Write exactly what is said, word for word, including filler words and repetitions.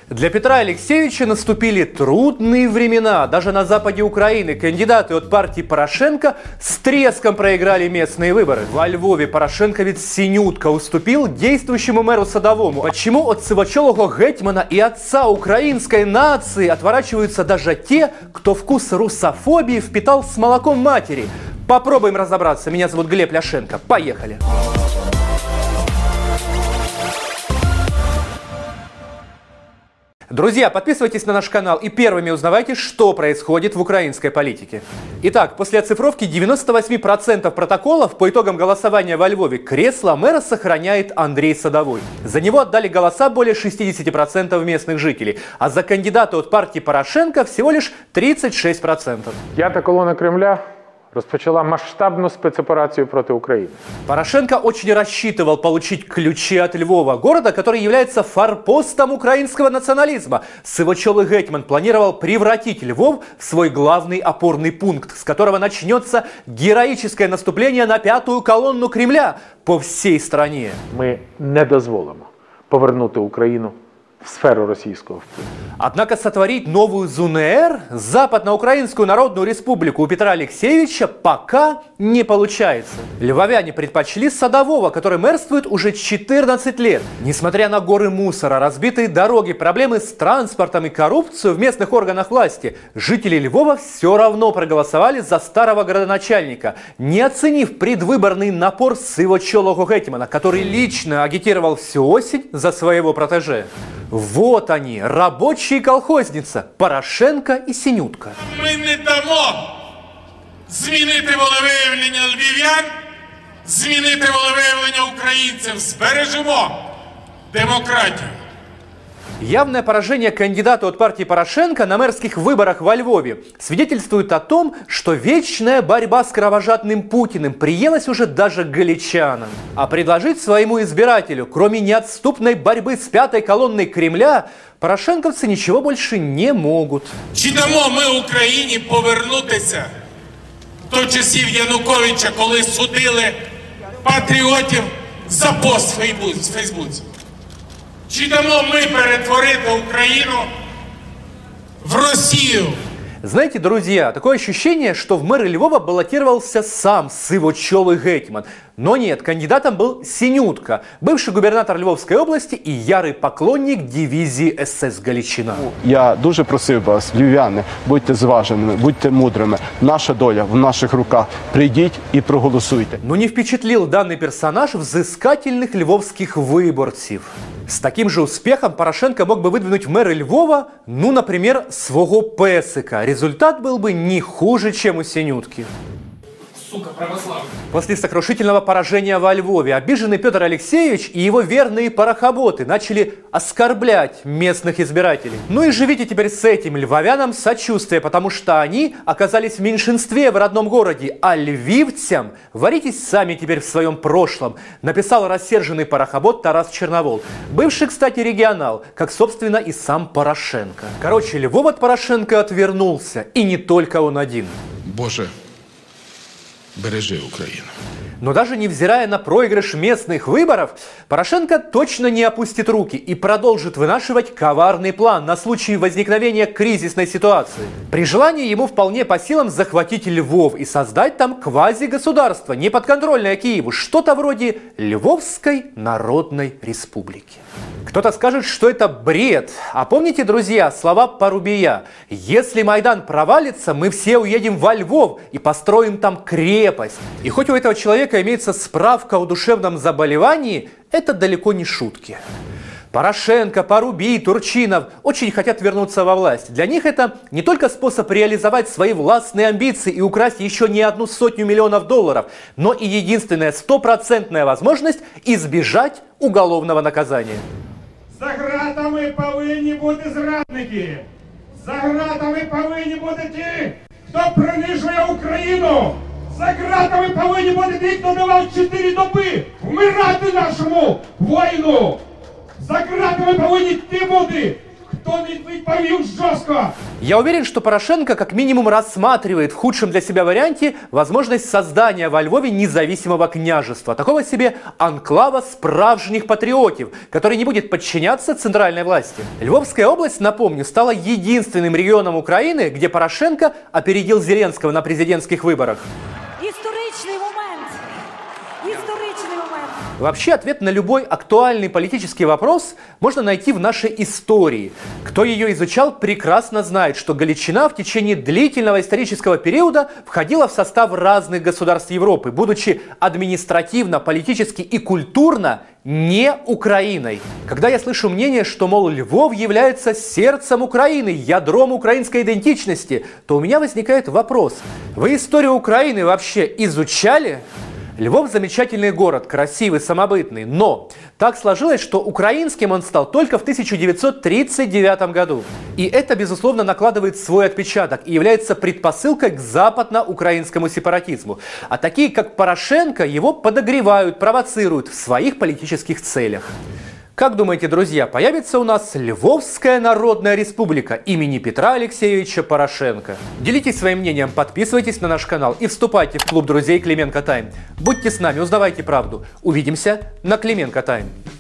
Для Петра Алексеевича наступили трудные времена. Даже на западе Украины кандидаты от партии Порошенко с треском проиграли местные выборы. Во Львове Порошенко ведь синютка уступил действующему мэру Садовому. Почему от сивочолого гетьмана и отца украинской нации отворачиваются даже те, кто вкус русофобии впитал с молоком матери? Попробуем разобраться. Меня зовут Глеб Ляшенко. Поехали! Друзья, подписывайтесь на наш канал и первыми узнавайте, что происходит в украинской политике. Итак, после оцифровки девяноста восьми процентов протоколов по итогам голосования во Львове кресло мэра сохраняет Андрей Садовой. За него отдали голоса более шестидесяти процентов местных жителей, а за кандидата от партии Порошенко всего лишь тридцать шесть процентов. П'ята колона Кремля розпочала масштабную спецоперацию против Украины. Порошенко очень рассчитывал получить ключи от Львова, города, который является форпостом украинского национализма. Сивочолый гетьман планировал превратить Львов в свой главный опорный пункт, с которого начнется героическое наступление на пятую колонну Кремля по всей стране. Мы не дозволимо повернути Украину в сферу российского впливу. Однако сотворить новую ЗУНР, Западноукраинскую Народную Республику, у Петра Алексеевича пока не получается. Львовяне предпочли Садового, который мэрствует уже четырнадцать лет. Несмотря на горы мусора, разбитые дороги, проблемы с транспортом и коррупцию в местных органах власти, жители Львова все равно проголосовали за старого градоначальника, не оценив предвыборный напор сивочолого гетьмана, который лично агитировал всю осень за своего протеже. Вот они, рабочие колхозница, Порошенко и Синютка. Ми не дамо змінити волевиявлення львів'ян, змінити волевиявлення українців, збережемо демократію. Явное поражение кандидата от партии Порошенко на мэрских выборах во Львове свидетельствует о том, что вечная борьба с кровожадным Путиным приелась уже даже галичанам. А предложить своему избирателю, кроме неотступной борьбы с пятой колонной Кремля, порошенковцы ничего больше не могут. Чи дамо ми Україні повернутися до часів Януковича, коли судили патріотів за пост в Фейсбуці? Чи дамо ми перетворити Украину в Россию? Знаете, друзья, такое ощущение, что в мэры Львова баллотировался сам сивочолый гетьман. Но нет, кандидатом был Синютка, бывший губернатор Львовской области и ярый поклонник дивизии СС Галичина. Я дуже просив вас, львів'яни, будьте зваженими, будьте мудрими. Наша доля в наших руках. Прийдіть і проголосуйте. Но не впечатлил данный персонаж взыскательных львовских выборцев. С таким же успехом Порошенко мог бы выдвинуть в мэры Львова, ну, например, своего песика. Результат был бы не хуже, чем у Синютки. Сука, православный. После сокрушительного поражения во Львове обиженный Петр Алексеевич и его верные порохоботы начали оскорблять местных избирателей. Ну и живите теперь с этим львовянам сочувствие, потому что они оказались в меньшинстве в родном городе, а львивцам варитесь сами теперь в своем прошлом, написал рассерженный порохобот Тарас Черновол, бывший, кстати, регионал, как, собственно, и сам Порошенко. Короче, Львов от Порошенко отвернулся, и не только он один. Боже, бережи Украину. Но даже невзирая на проигрыш местных выборов, Порошенко точно не опустит руки и продолжит вынашивать коварный план на случай возникновения кризисной ситуации. При желании ему вполне по силам захватить Львов и создать там квазигосударство, неподконтрольное Киеву, что-то вроде Львовской Народной Республики. Кто-то скажет, что это бред. А помните, друзья, слова Порубия? Если Майдан провалится, мы все уедем во Львов и построим там крепость. И хоть у этого человека имеется справка о душевном заболевании, это далеко не шутки. Порошенко, Порубий, Турчинов очень хотят вернуться во власть. Для них это не только способ реализовать свои властные амбиции и украсть еще не одну сотню миллионов долларов, но и единственная стопроцентная возможность избежать уголовного наказания. За гратами повинні бути зрадники. За гратами повинні бути ті, хто принижує Україну. За гратами повинні бути ті, хто давав чотири доби вмирати нашому воїну. За гратами повинні ті бути, хто не відповів жорстко. Я уверен, что Порошенко как минимум рассматривает в худшем для себя варианте возможность создания во Львове независимого княжества, такого себе анклава справжних патриотов, который не будет подчиняться центральной власти. Львовская область, напомню, стала единственным регионом Украины, где Порошенко опередил Зеленского на президентских выборах. Історичний момент. Історичний момент. Вообще, ответ на любой актуальный политический вопрос можно найти в нашей истории. Кто ее изучал, прекрасно знает, что Галичина в течение длительного исторического периода входила в состав разных государств Европы, будучи административно, политически и культурно не Украиной. Когда я слышу мнение, что, мол, Львов является сердцем Украины, ядром украинской идентичности, то у меня возникает вопрос. Вы историю Украины вообще изучали? Львов замечательный город, красивый, самобытный, но так сложилось, что украинским он стал только в тысяча девятьсот тридцать девятом году. И это, безусловно, накладывает свой отпечаток и является предпосылкой к западно-украинскому сепаратизму. А такие, как Порошенко, его подогревают, провоцируют в своих политических целях. Как думаете, друзья, появится у нас Львовская Народная Республика имени Петра Алексеевича Порошенко? Делитесь своим мнением, подписывайтесь на наш канал и вступайте в клуб друзей Клименко Тайм. Будьте с нами, узнавайте правду. Увидимся на Клименко Тайм.